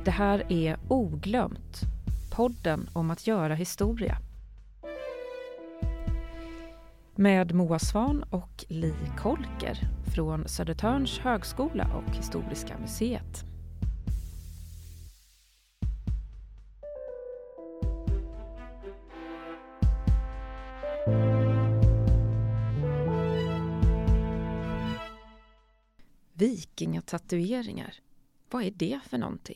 Det här är Oglömt, podden om att göra historia. Med Moa Svan och Li Kolker från Södertörns högskola och Historiska museet. Vikingatatueringar. Vad är det för någonting?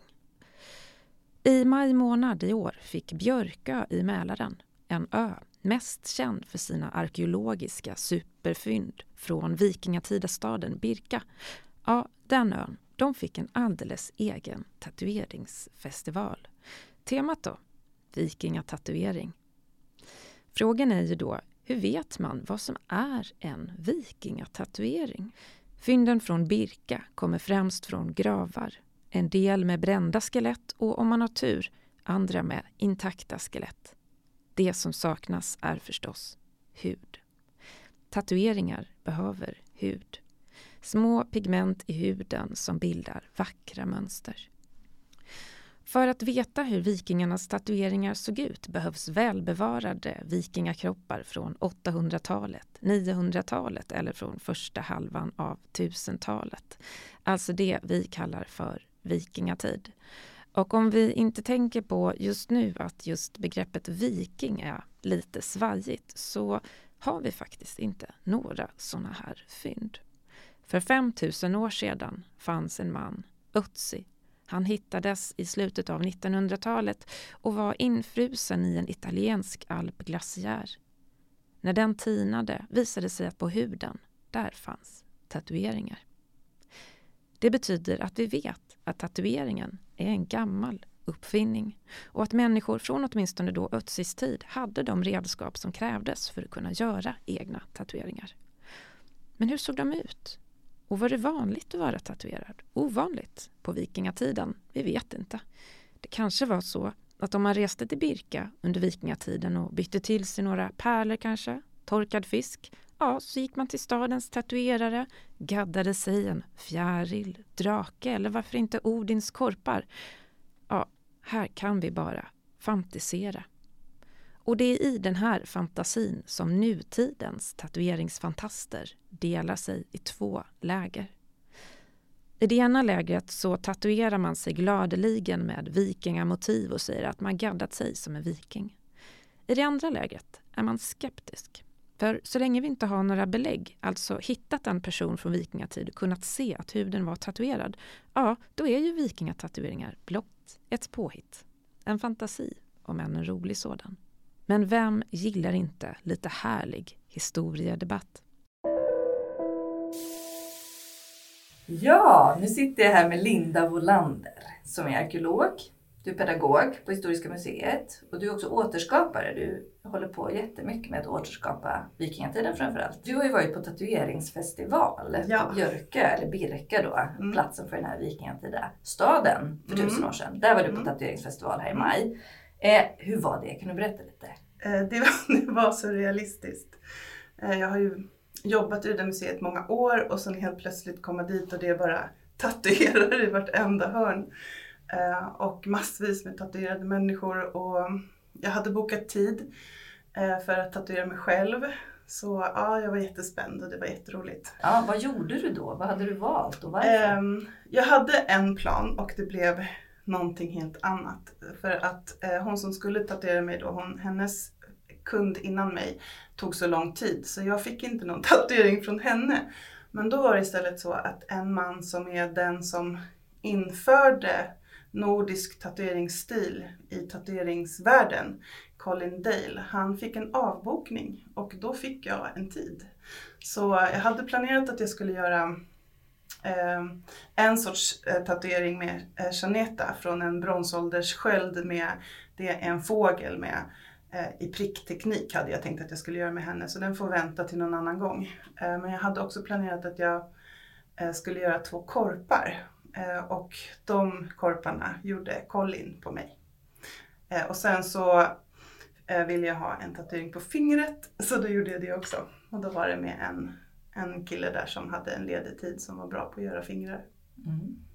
I maj månad i år fick Björkö i Mälaren, en ö mest känd för sina arkeologiska superfynd från vikingatidestaden Birka. Ja, den ön, de fick en alldeles egen tatueringsfestival. Temat då? Vikingatatuering. Frågan är ju då, hur vet man vad som är en vikingatatuering? Fynden från Birka kommer främst från gravar. En del med brända skelett och om man har tur, andra med intakta skelett. Det som saknas är förstås hud. Tatueringar behöver hud. Små pigment i huden som bildar vackra mönster. För att veta hur vikingarnas tatueringar såg ut behövs välbevarade vikingakroppar från 800-talet, 900-talet eller från första halvan av 1000-talet. Alltså det vi kallar för vikingatid. Och om vi inte tänker på just nu att just begreppet viking är lite svajigt så har vi faktiskt inte några sådana här fynd. För 5000 år sedan fanns en man, Ötzi. Han hittades i slutet av 1900-talet och var infrusen i en italiensk alpglaciär. När den tinade visade sig att på huden, där fanns tatueringar. Det betyder att vi vet att tatueringen är en gammal uppfinning och att människor från åtminstone då Ötzis tid hade de redskap som krävdes för att kunna göra egna tatueringar. Men hur såg de ut? Och var det vanligt att vara tatuerad? Ovanligt på vikingatiden? Vi vet inte. Det kanske var så att om man reste till Birka under vikingatiden och bytte till sig några pärlor kanske, torkad fisk, ja, så gick man till stadens tatuerare, gaddade sig en fjäril, drake eller varför inte Odins korpar. Ja, här kan vi bara fantisera. Och det är i den här fantasin som nutidens tatueringsfantaster delar sig i två läger. I det ena lägret så tatuerar man sig gladeligen med vikingamotiv och säger att man gaddat sig som en viking. I det andra lägret är man skeptisk. För så länge vi inte har några belägg, alltså hittat en person från vikingatid och kunnat se att huden var tatuerad, ja, då är ju vikingatatueringar blott ett påhitt. En fantasi, om än en rolig sådan. Men vem gillar inte lite härlig historiedebatt? Ja, nu sitter jag här med Linda Wolander som är arkeolog. Du är pedagog på Historiska museet och du är också återskapare. Du håller på jättemycket med att återskapa vikingatiden framförallt. Du har ju varit på tatueringsfestival på Björkö, eller Birka då, platsen för den här vikingatida staden för 1000 år sedan. Där var du på tatueringsfestival här i maj. Hur var det? Kan du berätta lite? Det var så realistiskt. Jag har ju jobbat i det museet många år och sen helt plötsligt komma dit och det är bara tatuerare i vartenda hörn. Och massvis med tatuerade människor och jag hade bokat tid för att tatuera mig själv. Så ja, jag var jättespänd och det var jätteroligt. Ja, vad gjorde du då? Vad hade du valt och varför? Jag hade en plan och det blev någonting helt annat. För att hon som skulle tatuera mig då, hennes kund innan mig tog så lång tid. Så jag fick inte någon tatuering från henne. Men då var det istället så att en man som är den som införde nordisk tatueringsstil i tatueringsvärlden, Colin Dale, han fick en avbokning och då fick jag en tid. Så jag hade planerat att jag skulle göra en sorts tatuering med chaneta från en bronsålderssköld med det är en fågel med i prickteknik hade jag tänkt att jag skulle göra med henne, så den får vänta till någon annan gång. Men jag hade också planerat att jag skulle göra 2 korpar och de korparna gjorde Colin på mig. Och sen så ville jag ha en tatuering på fingret, så då gjorde jag det också. Och då var det med en kille där som hade en ledig tid som var bra på att göra fingrar. Mm.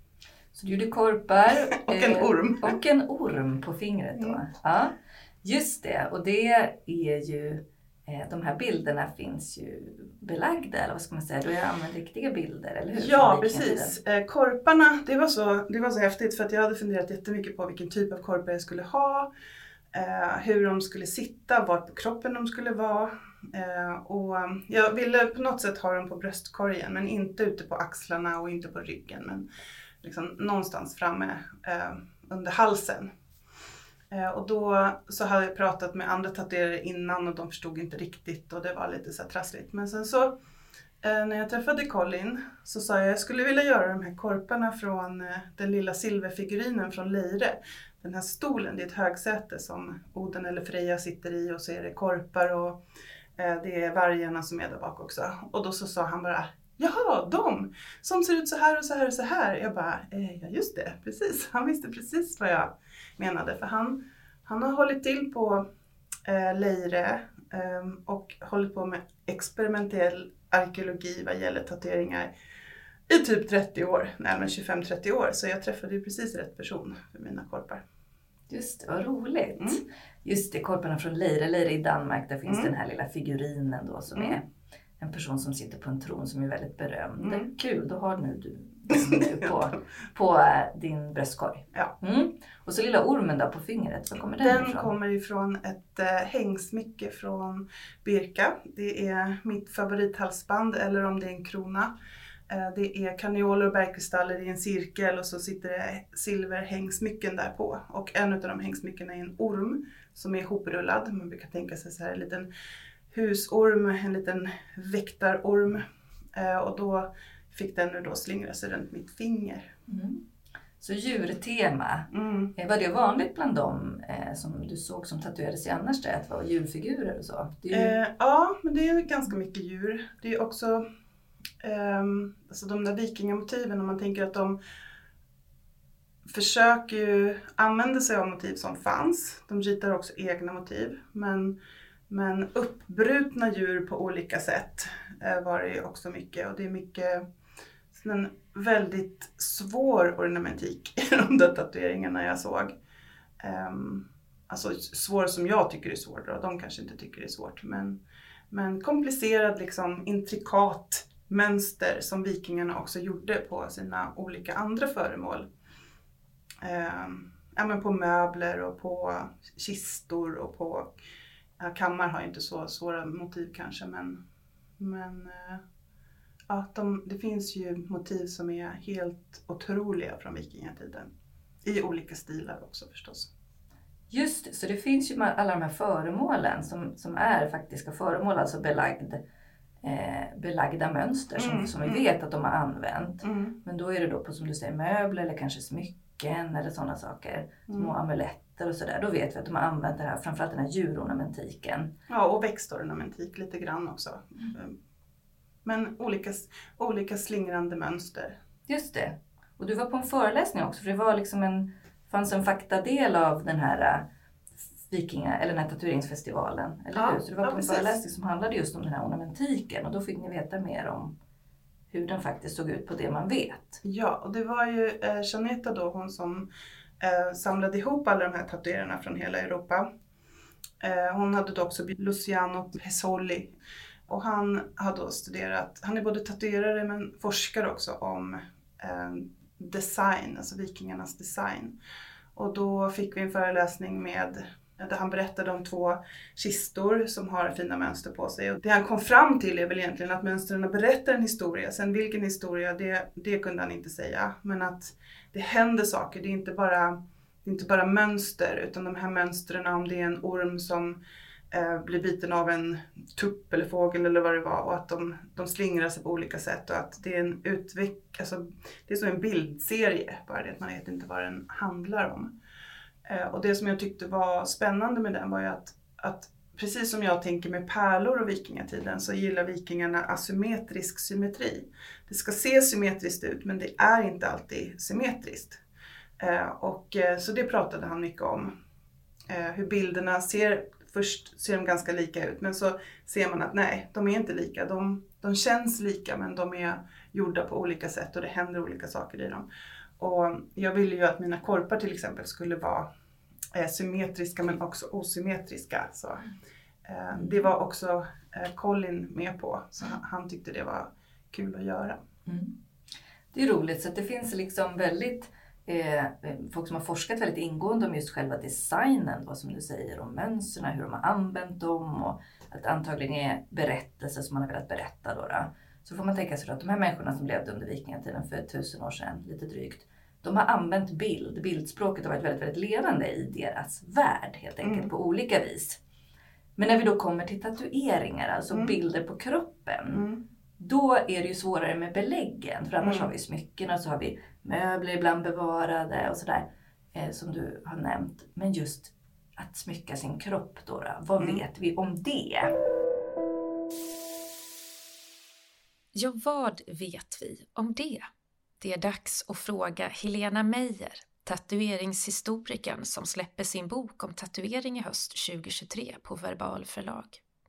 Så du gjorde korpar. Och en orm. Och en orm på fingret då. Mm. Ja, just det. Och det är ju, de här bilderna finns ju belagda, eller vad ska man säga? Du har använt riktiga bilder, eller hur? Ja, precis. Korparna, det var så häftigt för att jag hade funderat jättemycket på vilken typ av korpar jag skulle ha. Hur de skulle sitta, vart på kroppen de skulle vara. Och jag ville på något sätt ha dem på bröstkorgen, men inte ute på axlarna och inte på ryggen. Men liksom någonstans framme under halsen. Och då så hade jag pratat med andra tatuerare innan och de förstod inte riktigt och det var lite så här trassligt. Men sen så när jag träffade Colin så sa jag skulle vilja göra de här korparna från den lilla silverfigurinen från Leire. Den här stolen, det är ett högsäte som Oden eller Freja sitter i och så är det korpar och det är vargarna som är där bak också. Och då så sa han bara, jaha, de som ser ut så här och så här och så här. Jag bara, ja just det, precis. Han visste precis vad jag menade. För han har hållit till på Leire och hållit på med experimentell arkeologi vad gäller tatueringar i typ 30 år, närmare 25-30 år. Så jag träffade ju precis rätt person för mina korpar. Just det, vad roligt. Just det, korparna från Leire i Danmark, där finns den här lilla figurinen då som är en person som sitter på en tron som är väldigt berömd. Kul, då har du på din bröstkorg. Ja. Och så lilla ormen då på fingret, var kommer den ifrån? Den kommer ifrån ett hängsmycke från Birka. Det är mitt favorithalsband, eller om det är en krona. Det är kanioler och bergkristaller i en cirkel och så sitter det silverhängsmycken där på. Och en av de hängsmyckena är en orm som är hoprullad. Man brukar tänka sig så här en liten husorm, en liten väktarorm. Och då fick den nu då slingra sig runt mitt finger. Så djurtema. Var det vanligt bland dem som du såg som tatuerade sig annars där, att det var djurfigurer och så? Ja, men det är ganska mycket djur. Det är också alltså de där vikingamotiven, om man tänker att de försöker ju använda sig av motiv som fanns. De ritar också egna motiv. Men uppbrutna djur på olika sätt var det ju också mycket. Och det är mycket en väldigt svår ornamentik i de där tatueringarna jag såg. Alltså svår som jag tycker är svår då. De kanske inte tycker det är svårt. Men komplicerad, liksom intrikat mönster som vikingarna också gjorde på sina olika andra föremål. Men på möbler och på kistor och på kammar har inte så svåra motiv kanske, men det finns ju motiv som är helt otroliga från vikingatiden. I olika stilar också förstås. Just det, så det finns ju alla de här föremålen som är faktiska föremål, alltså belagda mönster som vi vet att de har använt. Men då är det då på, som du säger, möbler eller kanske smycken eller sådana saker. Små amuletter och sådär. Då vet vi att de har använt det här, framförallt den här djurornamentiken. Ja, och växtornamentik lite grann också. Men olika slingrande mönster. Just det. Och du var på en föreläsning också, för det var liksom fanns en faktadel av den här eller den här tatueringsfestivalen, eller hur? Så det var på en föreläsning som handlade just om den här ornamentiken, och då fick ni veta mer om hur den faktiskt såg ut på det man vet. Ja, och det var ju Janeta då, hon som samlade ihop alla de här tatuerarna från hela Europa. Hon hade då också Luciano Pesoli, och han har då studerat, han är både tatuerare men forskar också om design, alltså vikingarnas design. Och då fick vi en föreläsning där han berättade om 2 kistor som har fina mönster på sig. Och det han kom fram till är väl egentligen att mönstren berättar en historia. Sen vilken historia, det kunde han inte säga. Men att det händer saker, det är inte bara mönster, utan de här mönstren, om det är en orm som blir biten av en tupp eller fågel eller vad det var, och att de slingrar sig på olika sätt, och att det är alltså det är som en bildserie, bara det att man vet inte vad den handlar om. Och det som jag tyckte var spännande med den var ju att precis som jag tänker med pärlor och vikingatiden, så gillar vikingarna asymmetrisk symmetri. Det ska se symmetriskt ut, men det är inte alltid symmetriskt. Så det pratade han mycket om. Hur bilderna först ser de ganska lika ut, men så ser man att nej, de är inte lika. De känns lika, men de är gjorda på olika sätt och det händer olika saker i dem. Och jag ville ju att mina korpar till exempel skulle vara symmetriska men också osymmetriska. Så, det var också Colin med på, så han tyckte det var kul att göra. Det är roligt, så att det finns liksom väldigt folk som har forskat väldigt ingående om just själva designen, vad som du säger om mönsterna, hur de har använt dem och att antagligen är berättelser som man har velat berätta då. Så får man tänka sig att de här människorna som levde under vikingatiden för 1000 år sedan, lite drygt, de har använt bildspråket har varit väldigt, väldigt levande i deras värld helt enkelt på olika vis. Men när vi då kommer till tatueringar, alltså bilder på kroppen, då är det ju svårare med beläggen. För annars har vi smycken och så har vi möbler ibland bevarade och sådär som du har nämnt. Men just att smycka sin kropp då, vad vet vi om det? Ja, vad vet vi om det? Det är dags att fråga Helena Meijer, tatueringshistorikern som släpper sin bok om tatuering i höst 2023 på Verbal förlag.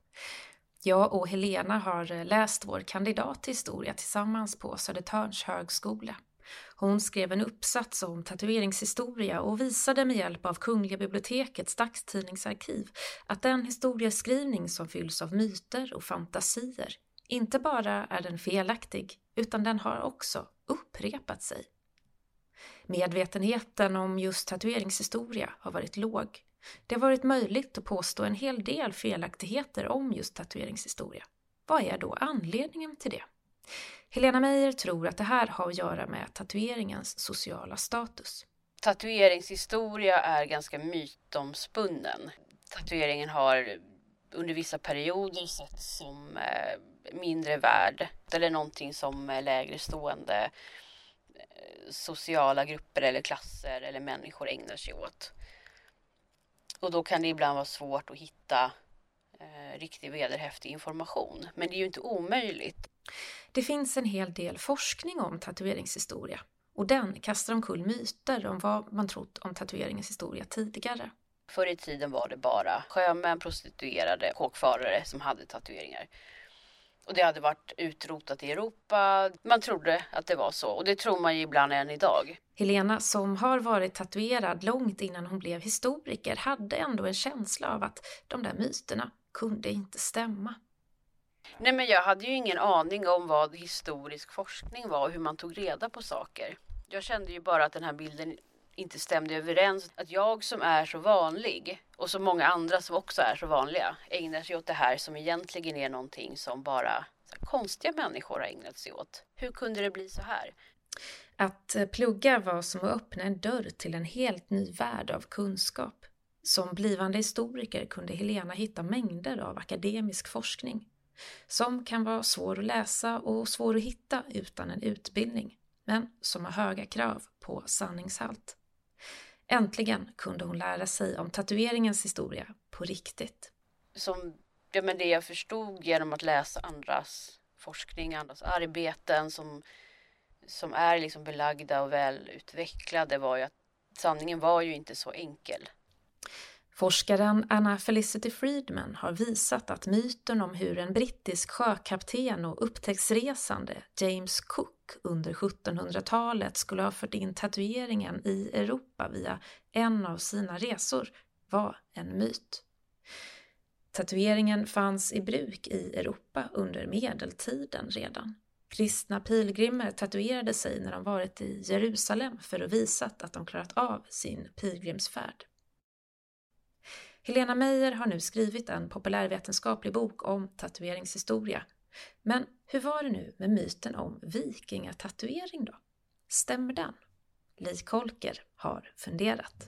Jag och Helena har läst vår kandidat i historia tillsammans på Södertörns högskola. Hon skrev en uppsats om tatueringshistoria och visade med hjälp av Kungliga bibliotekets dagstidningsarkiv att den historieskrivning som fylls av myter och fantasier inte bara är den felaktig, utan den har också upprepat sig. Medvetenheten om just tatueringshistoria har varit låg. Det har varit möjligt att påstå en hel del felaktigheter om just tatueringshistoria. Vad är då anledningen till det? Helena Meijer tror att det här har att göra med tatueringens sociala status. Tatueringshistoria är ganska mytomspunnen. Tatueringen har under vissa perioder sett som mindre värd eller någonting som lägre stående sociala grupper eller klasser eller människor ägnar sig åt. Och då kan det ibland vara svårt att hitta riktig vederhäftig information. Men det är ju inte omöjligt. Det finns en hel del forskning om tatueringshistoria. Och den kastar omkull myter om vad man trott om tatueringens historia tidigare. Förr i tiden var det bara sjömän, prostituerade, kåkfarare som hade tatueringar. Och det hade varit utrotat i Europa. Man trodde att det var så. Och det tror man ju ibland än idag. Helena, som har varit tatuerad långt innan hon blev historiker, hade ändå en känsla av att de där myterna kunde inte stämma. Nej, men jag hade ju ingen aning om vad historisk forskning var och hur man tog reda på saker. Jag kände ju bara att den här bilden inte stämde överens. Att jag som är så vanlig och så många andra som också är så vanliga ägnar sig åt det här som egentligen är någonting som bara konstiga människor har ägnat sig åt. Hur kunde det bli så här? Att plugga var som att öppna en dörr till en helt ny värld av kunskap. Som blivande historiker kunde Helena hitta mängder av akademisk forskning som kan vara svår att läsa och svår att hitta utan en utbildning, men som har höga krav på sanningshalt. Äntligen kunde hon lära sig om tatueringens historia på riktigt. Men det jag förstod genom att läsa andras forskning, andras arbeten som är liksom belagda och välutvecklade var ju att sanningen var ju inte så enkel. Forskaren Anna Felicity Friedman har visat att myten om hur en brittisk sjökapten och upptäcktsresande James Cook under 1700-talet skulle ha fört in tatueringen i Europa via en av sina resor var en myt. Tatueringen fanns i bruk i Europa under medeltiden redan. Kristna pilgrimer tatuerade sig när de varit i Jerusalem för att visa att de klarat av sin pilgrimsfärd. Helena Meijer har nu skrivit en populärvetenskaplig bok om tatueringshistoria. Men hur var det nu med myten om vikingatatuering då? Stämmer den? Li Kolker har funderat.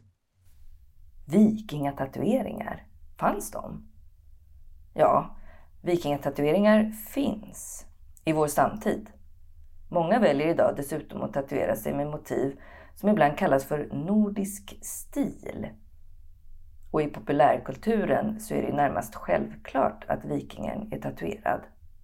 Vikingatatueringar? Fanns de? Ja, vikingatatueringar finns i vår samtid. Många väljer idag dessutom att tatuera sig med motiv som ibland kallas för nordisk stil. Och i populärkulturen så är det närmast självklart att vikingen är tatuerad.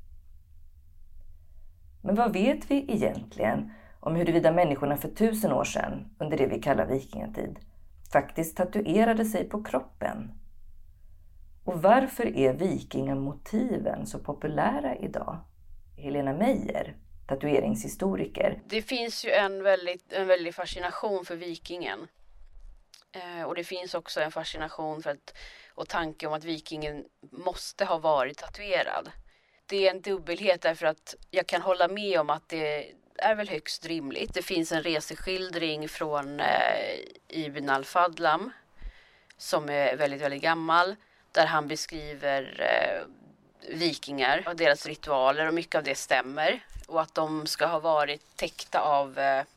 Men vad vet vi egentligen om huruvida människorna för 1000 år sedan, under det vi kallar vikingatid, faktiskt tatuerade sig på kroppen? Och varför är vikingamotiven så populära idag? Helena Meijer, tatueringshistoriker. Det finns ju en väldig fascination för vikingen. Och det finns också en fascination och tanke om att vikingen måste ha varit tatuerad. Det är en dubbelhet därför att jag kan hålla med om att det är väl högst rimligt. Det finns en reseskildring från Ibn al-Fadlam som är väldigt, väldigt gammal. Där han beskriver vikingar och deras ritualer och mycket av det stämmer. Och att de ska ha varit täckta av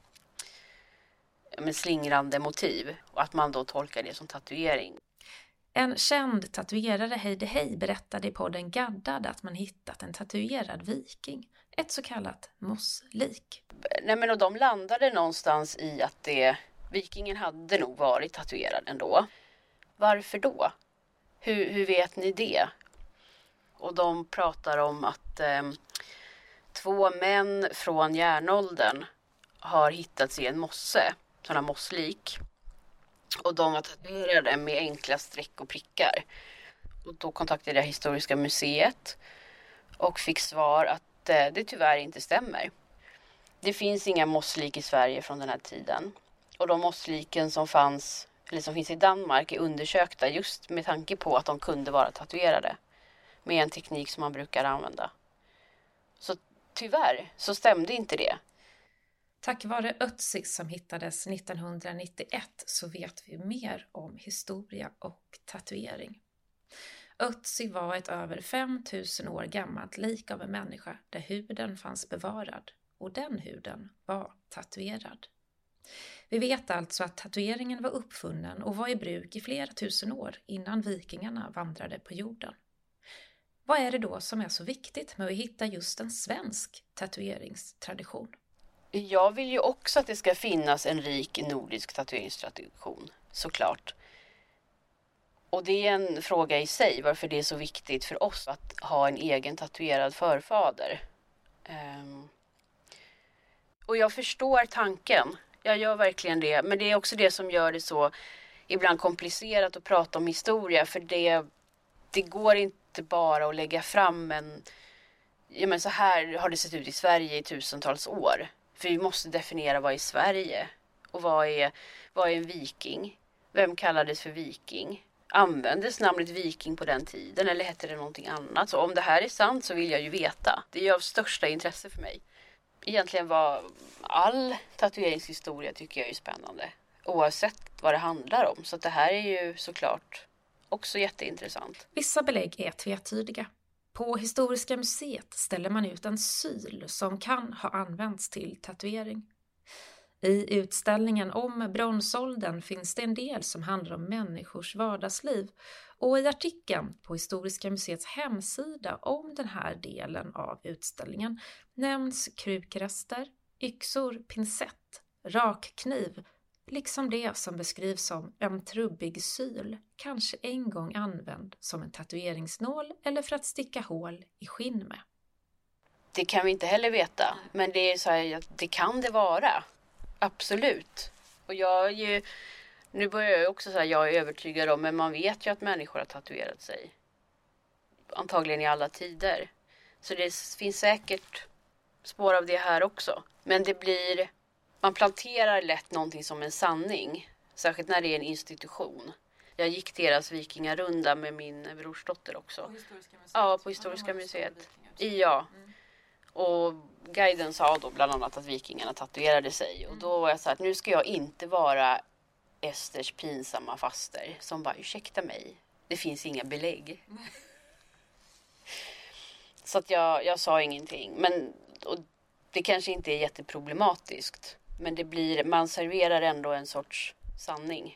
slingrande motiv och att man då tolkar det som tatuering. En känd tatuerare, Heidi Hey, berättade i podden Gaddad att man hittat en tatuerad viking, ett så kallat mosslik. Och de landade någonstans i att vikingen hade nog varit tatuerad ändå. Varför då? Hur vet ni det? Och de pratar om att 2 män från järnåldern har hittats i en mosse, sådana mosslik. Och de var tatuerade med enkla streck och prickar. Och då kontaktade jag Historiska museet och fick svar att det tyvärr inte stämmer. Det finns inga mosslik i Sverige från den här tiden. Och de mossliken som finns i Danmark är undersökta just med tanke på att de kunde vara tatuerade. Med en teknik som man brukar använda. Så tyvärr så stämde inte det. Tack vare Ötzi som hittades 1991 så vet vi mer om historia och tatuering. Ötzi var ett över 5000 år gammalt lik av en människa där huden fanns bevarad och den huden var tatuerad. Vi vet alltså att tatueringen var uppfunnen och var i bruk i flera tusen år innan vikingarna vandrade på jorden. Vad är det då som är så viktigt med att hitta just en svensk tatueringstradition? Jag vill ju också att det ska finnas en rik nordisk tatueringstradition, såklart. Och det är en fråga i sig varför det är så viktigt för oss att ha en egen tatuerad förfader. Och jag förstår tanken, jag gör verkligen det. Men det är också det som gör det så ibland komplicerat att prata om historia. För det går inte bara att lägga fram så här har det sett ut i Sverige i tusentals år. För vi måste definiera vad är Sverige och vad är en viking? Vem kallades för viking? Användes namnet viking på den tiden eller hette det någonting annat? Så om det här är sant så vill jag ju veta. Det är av största intresse för mig. Egentligen var all tatueringshistoria tycker jag är spännande. Oavsett vad det handlar om. Så att det här är ju såklart också jätteintressant. Vissa belägg är tvetydiga. På Historiska museet ställer man ut en syl som kan ha använts till tatuering. I utställningen om bronsåldern finns det en del som handlar om människors vardagsliv och i artikeln på Historiska museets hemsida om den här delen av utställningen nämns krukrester, yxor, pincett, rakkniv, liksom det som beskrivs som en trubbig syl, kanske en gång använd som en tatueringsnål eller för att sticka hål i skinn med. Det kan vi inte heller veta, men det är så här, det kan det vara. Absolut. Och nu börjar jag också säga jag är övertygad om, men man vet ju att människor har tatuerat sig. Antagligen i alla tider. Så det finns säkert spår av det här också. Men man planterar lätt någonting som en sanning. Särskilt när det är en institution. Jag gick deras vikingarunda med min brorsdotter också. På Historiska museet? Ja, på Historiska museet. Ja. Och guiden sa då bland annat att vikingarna tatuerade sig. Och då var jag så att nu ska jag inte vara Esters pinsamma faster som bara, ursäkta mig, det finns inga belägg. Så att jag sa ingenting. Och det kanske inte är jätteproblematiskt. Men man serverar ändå en sorts sanning.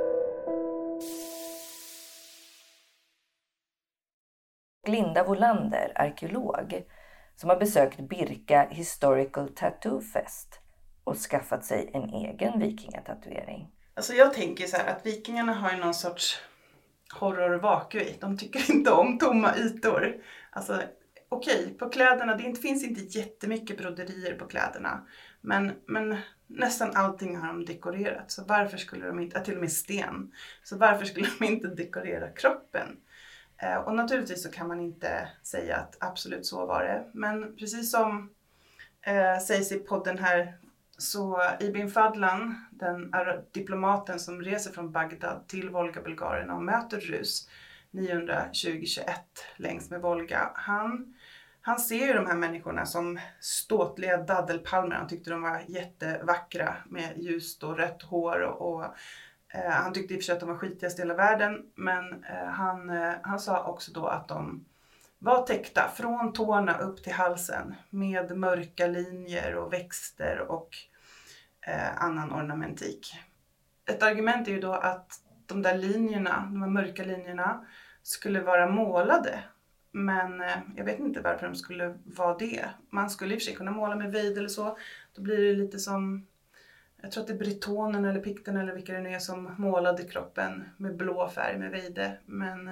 Linda Wolander, arkeolog, som har besökt Birka Historical Tattoo Fest och skaffat sig en egen vikingatatuering. Alltså jag tänker så här att vikingarna har ju någon sorts horror-vakui. De tycker inte om tomma ytor. Alltså okej, på kläderna, finns inte jättemycket broderier på kläderna. Men nästan allting har de dekorerat. Så varför skulle de inte, till och med sten. Så varför skulle de inte dekorera kroppen? Och naturligtvis så kan man inte säga att absolut så var det. Men precis som sägs i podden här, så Ibn Fadlan, den diplomaten som reser från Bagdad till Volga-Bulgarien och möter Rus 920-21 längs med Volga. Han ser ju de här människorna som ståtliga daddelpalmer. Han tyckte de var jättevackra med ljust och rött hår. Och han tyckte i och för sig att de var skitigast i hela världen. Men han sa också då att de var täckta från tårna upp till halsen med mörka linjer och växter och annan ornamentik. Ett argument är ju då att de där linjerna, de här mörka linjerna, skulle vara målade. Men jag vet inte varför de skulle vara det. Man skulle i och för sig kunna måla med vejd eller så. Då blir det lite som, jag tror att det är britonen eller pikten eller vilka det nu är som målade kroppen med blå färg med vejde. Men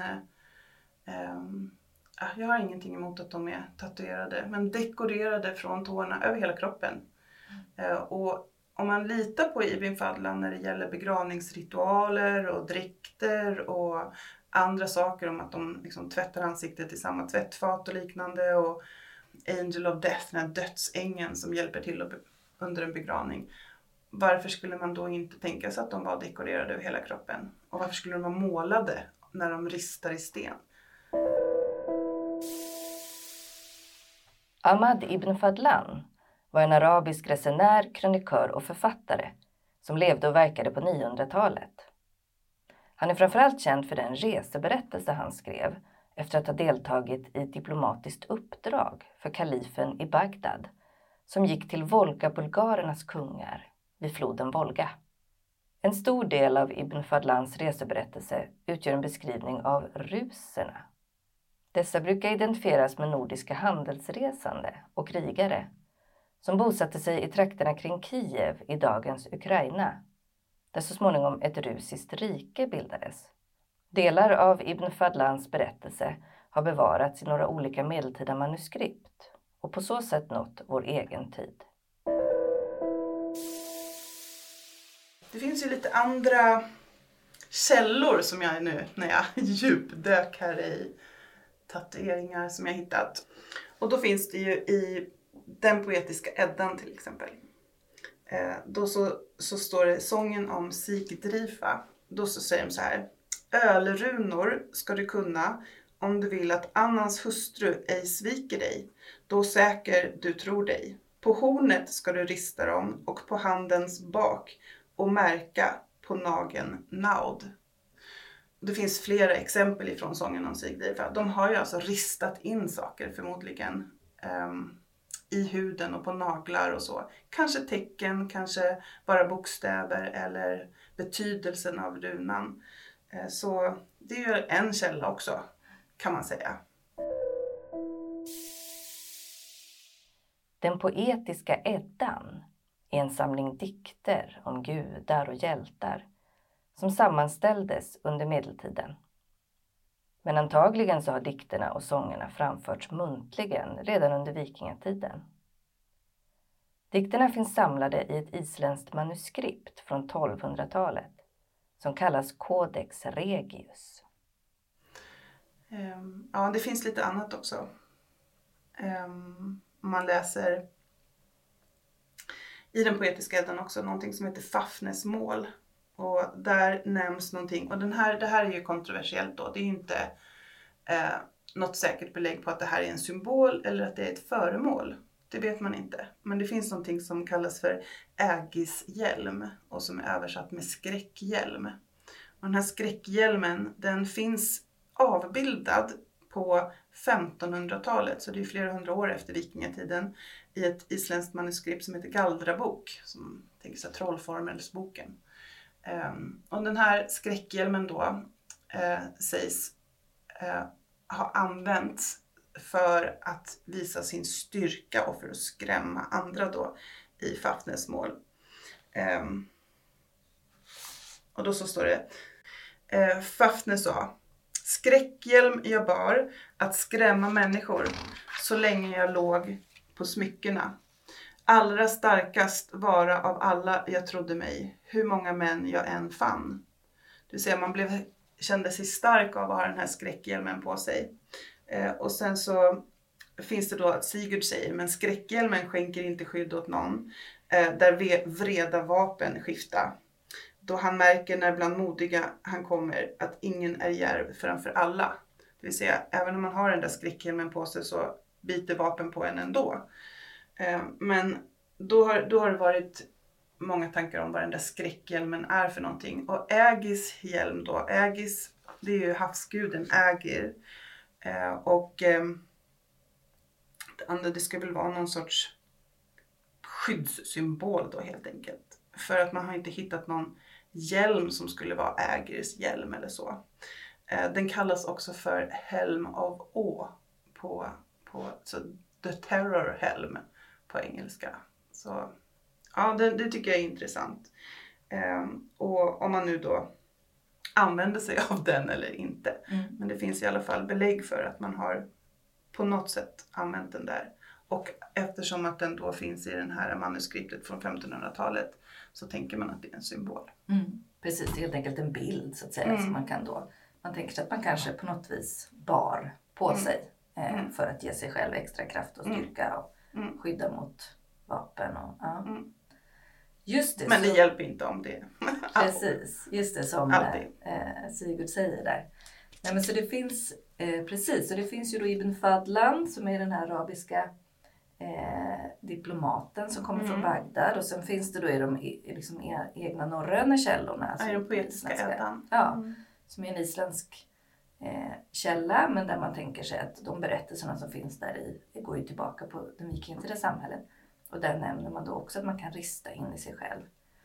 jag har ingenting emot att de är tatuerade. Men dekorerade från tårna över hela kroppen. Och om man litar på Ibn Fadlan när det gäller begravningsritualer och dräkter och andra saker, om att de liksom tvättar ansiktet i samma tvättfat och liknande, och Angel of Death, den här dödsängeln som hjälper till under en begravning. Varför skulle man då inte tänka sig att de var dekorerade över hela kroppen? Och varför skulle de vara målade när de ristar i sten? Ahmad ibn Fadlan var en arabisk resenär, krönikör och författare som levde och verkade på 900-talet. Han är framförallt känd för den reseberättelse han skrev efter att ha deltagit i ett diplomatiskt uppdrag för kalifen i Bagdad som gick till Volga-bulgarernas kungar vid floden Volga. En stor del av Ibn Fadlans reseberättelse utgör en beskrivning av ruserna. Dessa brukar identifieras med nordiska handelsresande och krigare som bosatte sig i trakterna kring Kiev i dagens Ukraina, där så småningom ett rusiskt rike bildades. Delar av Ibn Fadlans berättelse har bevarats i några olika medeltida manuskript och på så sätt nått vår egen tid. Det finns ju lite andra källor som jag nu, när jag djupdök här i tatueringar som jag hittat. Och då finns det ju i den poetiska Eddan till exempel. Då så står det sången om Sigdrifa. Då så säger de så här: ölrunor ska du kunna om du vill att annans hustru ej sviker dig. Då säker du tror dig. På hornet ska du rista dem och på handens bak och märka på nageln naud. Det finns flera exempel ifrån sången om Sigdrifa. De har ju alltså ristat in saker förmodligen i huden och på naglar och så. Kanske tecken, kanske bara bokstäver eller betydelsen av runan. Så det är ju en källa också, kan man säga. Den poetiska Eddan är en samling dikter om gudar och hjältar som sammanställdes under medeltiden. Men antagligen så har dikterna och sångerna framförts muntligen redan under vikingatiden. Dikterna finns samlade i ett isländskt manuskript från 1200-talet som kallas Codex Regius. Ja, det finns lite annat också. Man läser i den poetiska Eddan också någonting som heter Fafnes mål. Och där nämns någonting, och det här är ju kontroversiellt då. Det är ju inte något säkert belägg på att det här är en symbol eller att det är ett föremål. Det vet man inte. Men det finns någonting som kallas för ägishjälm och som är översatt med skräckhjälm. Och den här skräckhjälmen, den finns avbildad på 1500-talet, så det är flera hundra år efter vikingatiden, i ett isländskt manuskript som heter Galdrabok, som tänker sig trollformelsboken. Och den här skräckhjälmen då sägs ha använts för att visa sin styrka och för att skrämma andra då i Fafnes mål. Och då så står det: Fafne sa: skräckhjälm jag bar att skrämma människor så länge jag låg på smyckena. Allra starkast vara av alla jag trodde mig, hur många män jag än fann. Det vill säga man kände sig stark av att ha den här skräckhjälmen på sig. Och sen så finns det då att Sigurd säger, men skräckhjälmen skänker inte skydd åt någon. Där vreda vapen skifta. Då han märker när bland modiga han kommer att ingen är djärv framför alla. Det vill säga, även om man har den där skräckhjälmen på sig så biter vapen på en ändå. Men då har det varit många tankar om vad den där skräckhjälmen är för någonting. Och Ägis hjälm då, Ägis, det är ju havsguden Ägir. Det ska väl vara någon sorts skyddssymbol då helt enkelt. För att man har inte hittat någon hjälm som skulle vara Ägirs hjälm eller så. Den kallas också för Helm of Awe så The Terror Helm på engelska. Så ja, det tycker jag är intressant. Och om man nu då använder sig av den eller inte. Men det finns i alla fall belägg för att man har på något sätt använt den där. Och eftersom att den då finns i den här manuskriptet från 1500-talet så tänker man att det är en symbol. Precis, det är helt enkelt en bild så att säga. Så man tänker sig att man kanske på något vis bar på sig för att ge sig själv extra kraft och styrka och skydda mot vapen. Just det, men det hjälper inte om det. Precis, just det som Sigurd säger där. Nej, men så det finns, precis, och det finns ju då Ibn Fadlan som är den här arabiska diplomaten som kommer från Bagdad. Och sen finns det då i de liksom egna norröna källorna. Alltså den poetiska Eddan. Ja, som är en isländsk källa, men där man tänker sig att de berättelserna som finns där i går ju tillbaka på det vikingatida samhället. Och där nämner man då också att man kan rista in i sig själv.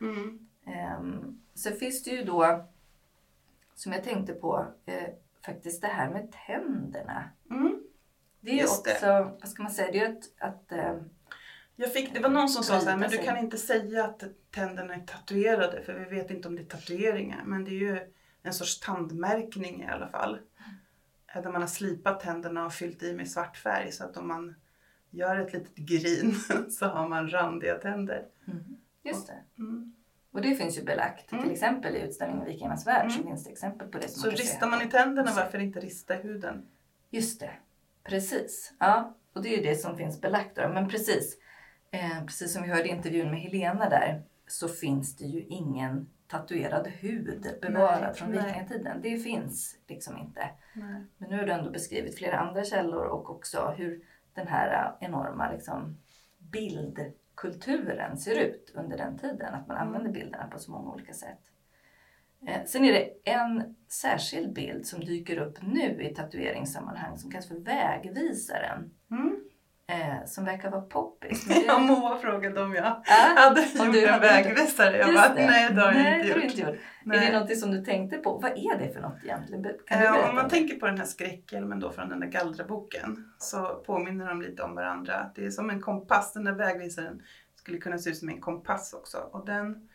Så finns det ju då, som jag tänkte på, faktiskt det här med tänderna. Det är ju också, vad ska man säga, det är ju att det var någon som sa så här, men du kan inte säga att tänderna är tatuerade, för vi vet inte om det är tatueringar. Men det är ju en sorts tandmärkning i alla fall. Där man har slipat tänderna och fyllt i med svart färg, så att om man gör ett litet grin så har man randiga tänder. Just det. Och det finns ju belagt. Till exempel i utställningen Vikingarnas värld så finns det exempel på det. Så ristar man i tänderna, varför inte rista i huden? Just det. Precis. Ja, och det är ju det som finns belagt då. Men precis som vi hörde i intervjun med Helena där, så finns det ju ingen tatuerad hud bevarad från vikingatiden. Det finns liksom inte. Nej. Men nu har du ändå beskrivit flera andra källor och också hur den här enorma liksom bildkulturen ser ut under den tiden. Att man använder bilderna på så många olika sätt. Sen är det en särskild bild som dyker upp nu i tatueringssammanhang som kallas för vägvisaren. Som verkar vara poppis. Ja, Moa frågade om jag hade gjort en vägvisare. Jag bara, nej det har jag inte gjort. Är det något som du tänkte på? Vad är det för något egentligen? Kan du berätta om man tänker på den här skräckhjälmen då från den där Galdraboken, så påminner de lite om varandra. Det är som en kompass. Den där vägvisaren skulle kunna se ut som en kompass också. Och den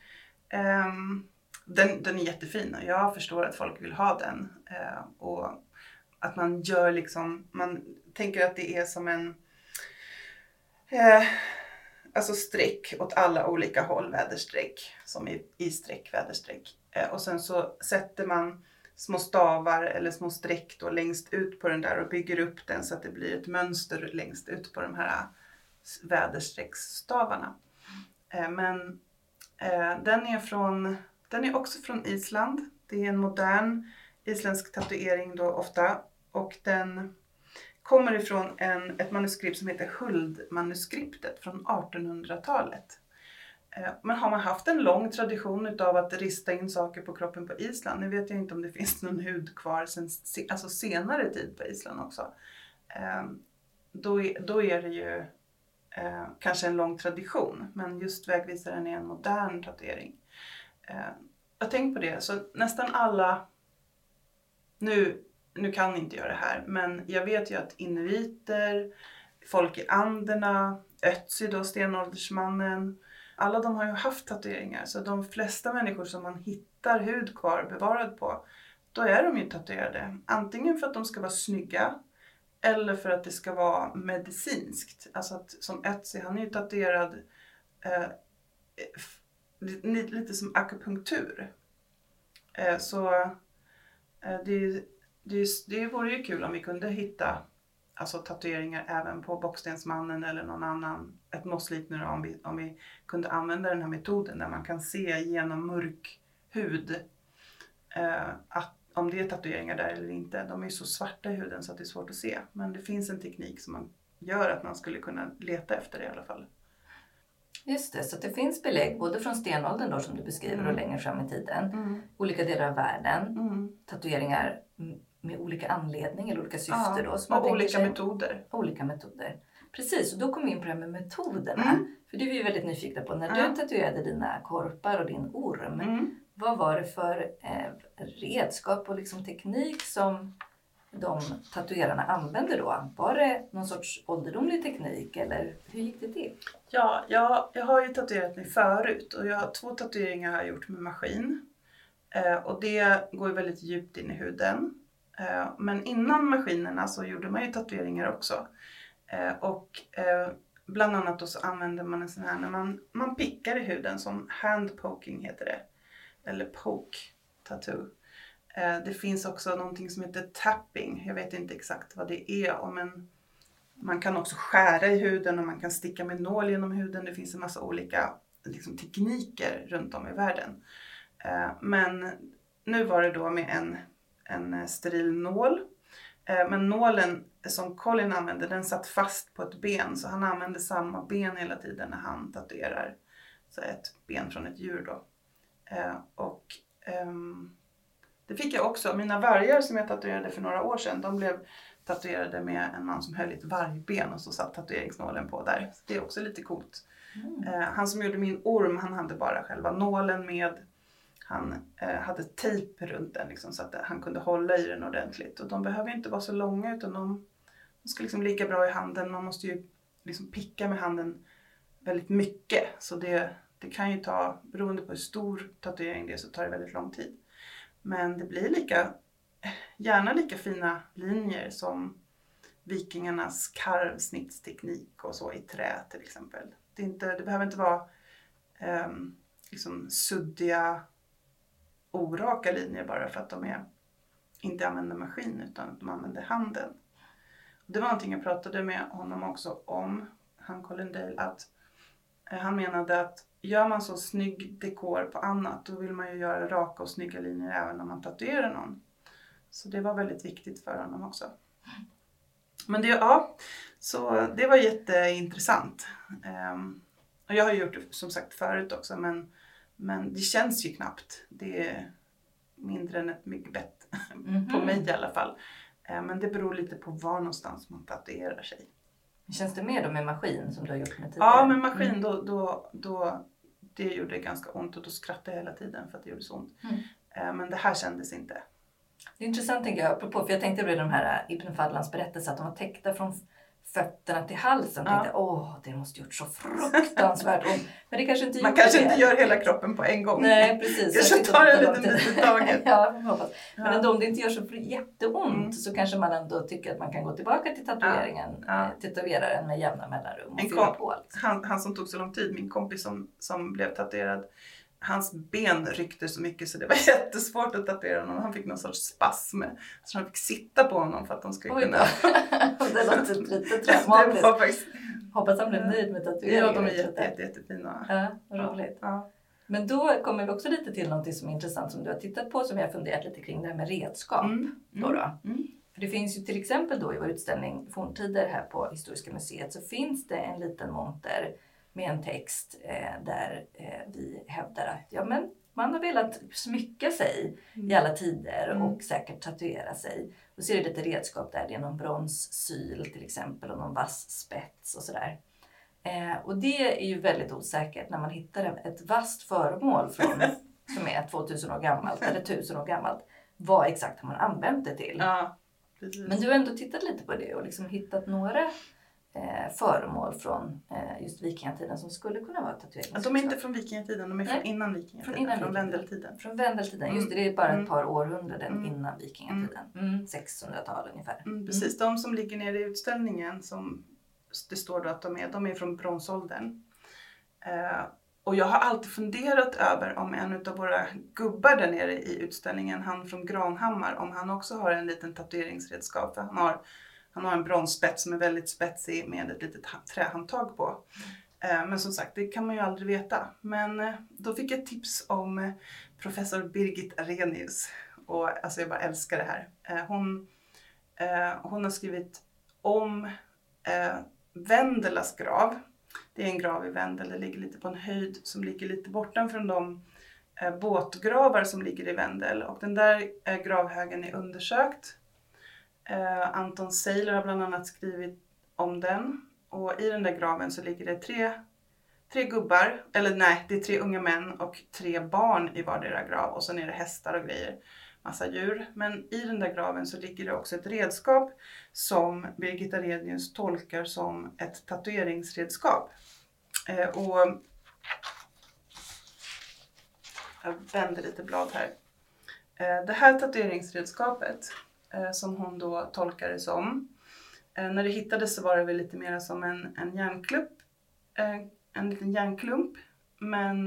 är jättefin och jag förstår att folk vill ha den. Och att man gör liksom, man tänker att det är som en alltså streck åt alla olika håll, väderstreck, som i streck, väderstreck. Och sen så sätter man små stavar eller små streck då längst ut på den där och bygger upp den så att det blir ett mönster längst ut på de här väderstrecksstavarna. Men den är också från Island. Det är en modern isländsk tatuering då ofta, och den kommer ifrån ett manuskript som heter Huldmanuskriptet från 1800-talet. Men har man haft en lång tradition av att rista in saker på kroppen på Island? Nu vet jag inte om det finns någon hud kvar alltså senare tid på Island också. Då är det ju kanske en lång tradition. Men just vägvisaren är en modern tatuering. Jag tänker på det, så nästan alla... Nu kan inte jag det här, men jag vet ju att inuiter, folk i Anderna, Ötzi då, stenåldersmannen, alla de har ju haft tatueringar. Så de flesta människor som man hittar hud kvar bevarad på, då är de ju tatuerade. Antingen för att de ska vara snygga eller för att det ska vara medicinskt. Alltså att, som Ötzi, han är ju tatuerad lite som akupunktur. Så det vore ju kul om vi kunde hitta alltså tatueringar även på bockstensmannen eller någon annan, ett mossliknande, om vi kunde använda den här metoden där man kan se genom mörk hud om det är tatueringar där eller inte. De är ju så svarta i huden så att det är svårt att se. Men det finns en teknik som man gör att man skulle kunna leta efter det i alla fall. Just det, så det finns belägg både från stenåldern då som du beskriver och längre fram i tiden. Olika delar av världen. Tatueringar med olika anledning eller olika syfte då. Som och olika metoder. Olika metoder. Precis, och då kom vi in på det här med metoderna. För det är vi väldigt nyfikna på. När du tatuerade dina korpar och din orm. Vad var det för redskap och liksom teknik som de tatuerarna använde då? Var det någon sorts ålderdomlig teknik eller hur gick det till? Ja, jag har ju tatuerat mig förut och jag har 2 tatueringar jag har gjort med maskin. Och det går ju väldigt djupt in i huden. Men innan maskinerna så gjorde man ju tatueringar också. Bland annat då så använder man en sån här när man pickar i huden, som handpoking heter det. Eller poke tattoo. Det finns också någonting som heter tapping. Jag vet inte exakt vad det är. Men man kan också skära i huden och man kan sticka med nål genom huden. Det finns en massa olika liksom, tekniker runt om i världen. Men nu var det då med en steril nål. Men nålen som Colin använde, den satt fast på ett ben. Så han använde samma ben hela tiden när han tatuerar. Så ett ben från ett djur då. Det fick jag också. Mina vargar som jag tatuerade för några år sedan, de blev tatuerade med en man som höll ett vargben och så satt tatueringsnålen på där. Så det är också lite coolt. Han som gjorde min orm, han hade bara själva nålen med. Han hade tejp runt den liksom, så att han kunde hålla i den ordentligt. Och de behöver inte vara så långa utan de ska liksom ligga bra i handen. Man måste ju liksom picka med handen väldigt mycket. Så det kan ju ta, beroende på hur stor tatuering det är, så tar det väldigt lång tid. Men det blir gärna lika fina linjer som vikingarnas karvsnittsteknik och så i trä till exempel. Det behöver inte vara liksom suddiga, oraka linjer bara för att de inte använder maskin utan att de använder handen. Och det var någonting jag pratade med honom också om, Colin Dale, att han menade att gör man så snygg dekor på annat, då vill man ju göra raka och snygga linjer även när man tatuerar någon. Så det var väldigt viktigt för honom också. Men så det var jätteintressant. Och jag har gjort det som sagt förut också, men det känns ju knappt. Det är mindre än ett myggbett på mig i alla fall. Men det beror lite på var någonstans man tatuerar sig. Känns det mer då med maskin som du har gjort med tidigare? Ja, med maskin då det gjorde ganska ont och då skrattade jag hela tiden för att det gjorde så ont. Men det här kändes inte. Det är intressant tänker jag, apropå, för jag tänkte på de här Ibn Fadlans berättelse att de var täckta från fötterna till halsen. Jag tänkte, det måste gjort så fruktansvärt ont. Men det kanske inte man kanske inte gör hela kroppen på en gång. Nej, precis. Jag tar en liten bit i taget. Ja, jag hoppas. Men ändå om det inte gör så jätteont så kanske man ändå tycker att man kan gå tillbaka till tatueringen. Tatueraren med jämna mellanrum och fylla på. Liksom. Han som tog så lång tid, min kompis som blev tatuerad. Hans ben ryckte så mycket så det var jättesvårt att tatuera honom. Han fick någon sorts spasm. Så han fick sitta på honom för att de skulle kunna... Det låter lite traumatiskt. Faktiskt... Hoppas han blev nöjd med tatueringen. Ja, de är jättefina. Ja, roligt. Ja. Men då kommer vi också lite till något som är intressant som du har tittat på, som jag har funderat lite kring, det här med redskap. För det finns ju till exempel då i vår utställning Forntider här på Historiska museet, så finns det en liten monter med en text där vi hävdar att man har velat smycka sig i alla tider och säkert tatuera sig. Och så är det lite redskap där, det är någon bronssyl till exempel och någon vass spets och sådär. Och det är ju väldigt osäkert när man hittar ett vasst föremål som är 2000 år gammalt eller 1000 år gammalt. Vad exakt har man använt det till? Ja, precis. Men du har ändå tittat lite på det och liksom hittat några föremål från just vikingatiden som skulle kunna vara tatueringar. De är inte från vikingatiden, de är från innan vikingatiden. Från Vendeltiden. Från Vendeltiden, just det är bara ett par århundraden innan vikingatiden. 600-tal ungefär. Precis, de som ligger nere i utställningen som det står då att de är från bronsåldern. Och jag har alltid funderat över om en av våra gubbar där nere i utställningen, han från Granhammar, om han också har en liten tatueringsredskap. För han har Han har en bronsspets som är väldigt spetsig med ett litet trähandtag på. Men som sagt, det kan man ju aldrig veta. Men då fick jag tips om professor Birgit Arrhenius. Och alltså jag bara älskar det här. Hon har skrivit om Vendelas grav. Det är en grav i Vendel. Det ligger lite på en höjd som ligger lite bortom från de båtgravar som ligger i Vendel. Och den där gravhögen är undersökt. Anton Seiler har bland annat skrivit om den. Och i den där graven så ligger det tre gubbar. Eller nej, det är 3 unga män och 3 barn i vardera grav. Och sen är det hästar och grejer. Massa djur. Men i den där graven så ligger det också ett redskap som Birgit Arrhenius tolkar som ett tatueringsredskap. Och jag vänder lite blad här. Det här tatueringsredskapet som hon då tolkar det som. När det hittades så var det väl lite mer som en järnklump. En liten järnklump. Men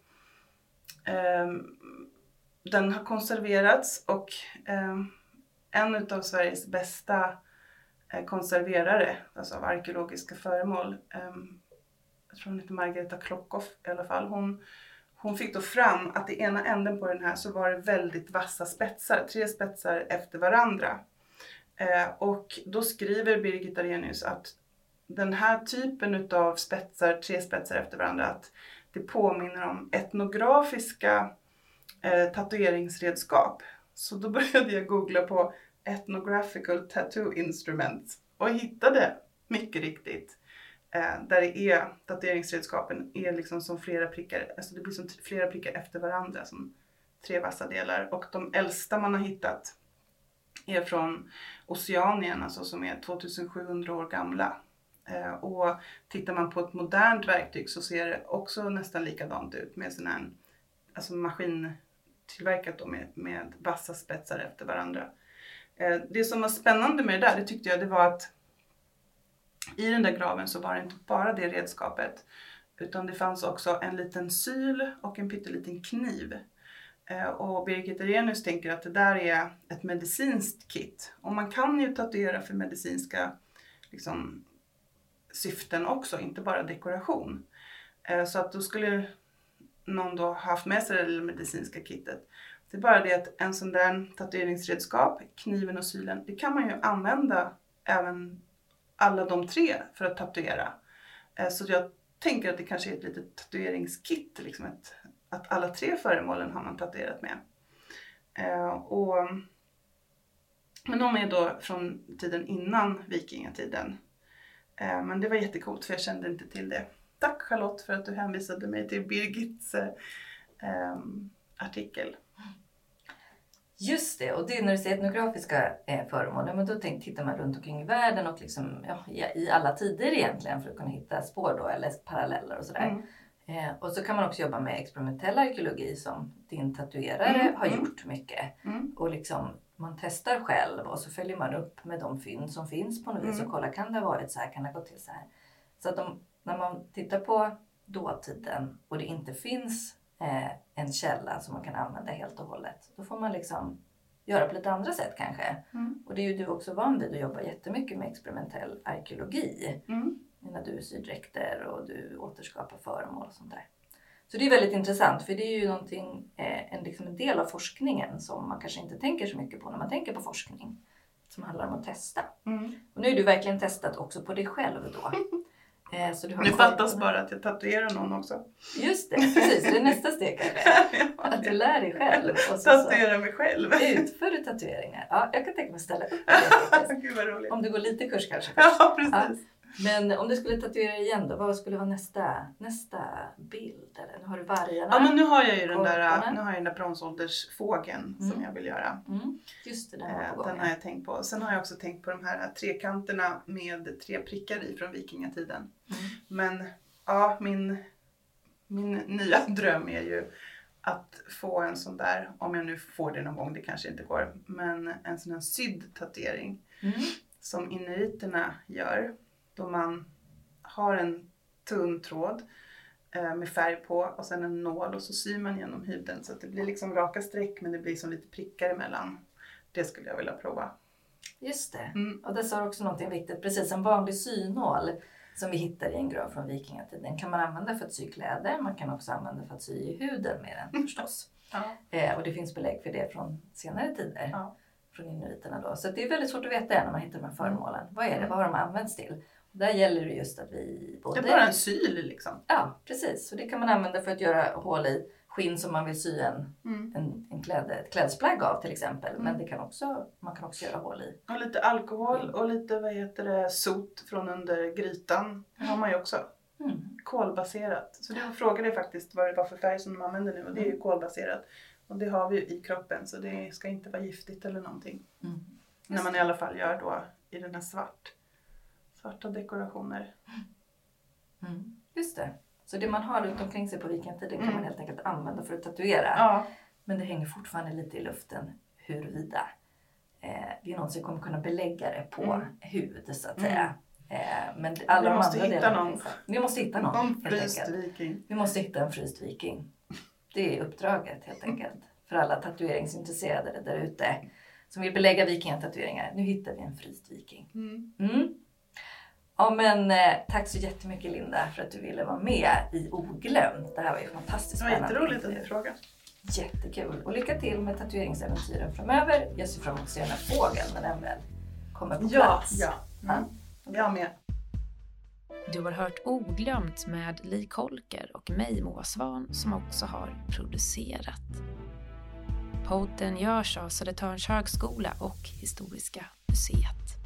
den har konserverats och en av Sveriges bästa konserverare, alltså av arkeologiska föremål. Jag tror hon heter Margareta Klockoff i alla fall. Hon fick då fram att i ena änden på den här så var det väldigt vassa spetsar. 3 spetsar efter varandra. Och då skriver Birgit Arrhenius att den här typen av spetsar, 3 spetsar efter varandra, att det påminner om etnografiska tatueringsredskap. Så då började jag googla på ethnographical tattoo instruments och hittade mycket riktigt där det är tatueringsredskapen är liksom som flera prickar, alltså det blir som flera prickar efter varandra som 3 vassa delar. Och de äldsta man har hittat är från Oceanien, alltså som är 2700 år gamla. Och tittar man på ett modernt verktyg så ser det också nästan likadant ut med sån här, alltså maskintillverkat då med vassa spetsar efter varandra. Det som var spännande med det där, det tyckte jag, det var att i den där graven så var det inte bara det redskapet, utan det fanns också en liten syl och en pytteliten kniv. Och Birgit Arrhenius tänker att det där är ett medicinskt kit. Och man kan ju tatuera för medicinska liksom, syften också, inte bara dekoration. Så att då skulle någon då haft med sig det medicinska kittet. Det är bara det att en sån där tatueringsredskap, kniven och sylen, det kan man ju använda även alla de 3 för att tatuera. Så jag tänker att det kanske är ett litet tatueringskit, liksom att alla 3 föremålen har man tatuerat med. Men de är då från tiden innan vikingatiden. Men det var jättekult för jag kände inte till det. Tack Charlotte för att du hänvisade mig till Birgits artikel. Just det, och det är när du säger etnografiska föremål, men då tittar man runt omkring i världen och liksom, i alla tider egentligen för att kunna hitta spår då, eller paralleller och sådär. Och så kan man också jobba med experimentell arkeologi som din tatuerare har gjort mycket. Och liksom man testar själv och så följer man upp med de fynd som finns på något vis och kollar, kan det ha varit så här, kan det ha gått till så här. Så att när man tittar på dåtiden och det inte finns en källa som man kan använda helt och hållet, då får man liksom göra på lite andra sätt kanske. Och det är ju du också van vid att jobba jättemycket med experimentell arkeologi. När du syr dräkter och du återskapar föremål och sånt där. Så det är väldigt intressant, för det är ju någonting, en del av forskningen som man kanske inte tänker så mycket på när man tänker på forskning. Som handlar om att testa. Och nu är du verkligen testat också på dig själv då. Så du har det fattas bara att jag tatuerar någon också. Just det, precis. Det är nästa steg kanske. Att du lär dig själv. Och tatuera mig själv. Utför du tatueringar. Ja, jag kan tänka mig att ställa upp det. Gud vad roligt. Om du går lite kurs kanske. Ja, precis. Ja. Men om du skulle tatuera igen då, vad skulle vara nästa bild? Eller nu har du vargarna. Ja, men nu har jag ju den där bronsåldersfågeln som jag vill göra. Just det, den har jag tänkt på. Sen har jag också tänkt på de här trekanterna med 3 prickar i från vikingatiden. Men ja, min nya dröm är ju att få en sån där, om jag nu får det någon gång, det kanske inte går, men en sån här sydd tatuering som inuiterna gör. Då man har en tunn tråd med färg på och sen en nål och så syr man genom huden så att det blir liksom raka streck men det blir som lite prickar emellan. Det skulle jag vilja prova. Just det. Och det sa också någonting viktigt. Precis, en vanlig synål som vi hittar i en grav från vikingatiden kan man använda för att sy kläder. Man kan också använda för att sy i huden med den förstås. Och det finns belägg för det från senare tider. Från inuiterna då. Så det är väldigt svårt att veta när man hittar de här föremålen. Vad är det? Vad har de använts till? Och där gäller det just att vi både... Det är bara en syl liksom. Ja, precis. Så det kan man använda för att göra hål i skinn som man vill sy ett klädesplagg av till exempel. Men man kan också göra hål i. Och lite alkohol och lite sot från under grytan. Det har man ju också. Kolbaserat. Så du frågade faktiskt vad det var för färg som de använder nu. Och det är ju kolbaserat. Och det har vi ju i kroppen. Så det ska inte vara giftigt eller någonting. När man i alla fall gör då i den här svarta dekorationer. Just det. Så det man har runt omkring sig på vikingatiden kan man helt enkelt använda för att tatuera. Ja. Men det hänger fortfarande lite i luften huruvida vi någonsin kommer kunna belägga det på hud så att säga. Men alla vi måste andra hitta någon. Vi måste hitta någon fryst viking. Vi måste hitta en fryst viking. Det är uppdraget helt enkelt. För alla tatueringsintresserade där ute som vill belägga vikingatatueringar. Nu hittar vi en fryst viking. Ja, men tack så jättemycket Linda för att du ville vara med i Oglömt. Det här var ju fantastiskt spännande. Det var jätteroligt att du frågade. Jättekul. Och lycka till med tatueringsäventyren framöver. Jag ser fram emot att se den här fågeln när den väl kommer på plats. Jag med. Du har hört Oglömt med Li Kolker och mig, Moa Svan, som också har producerat. Podden görs av Södertörns högskola och Historiska museet.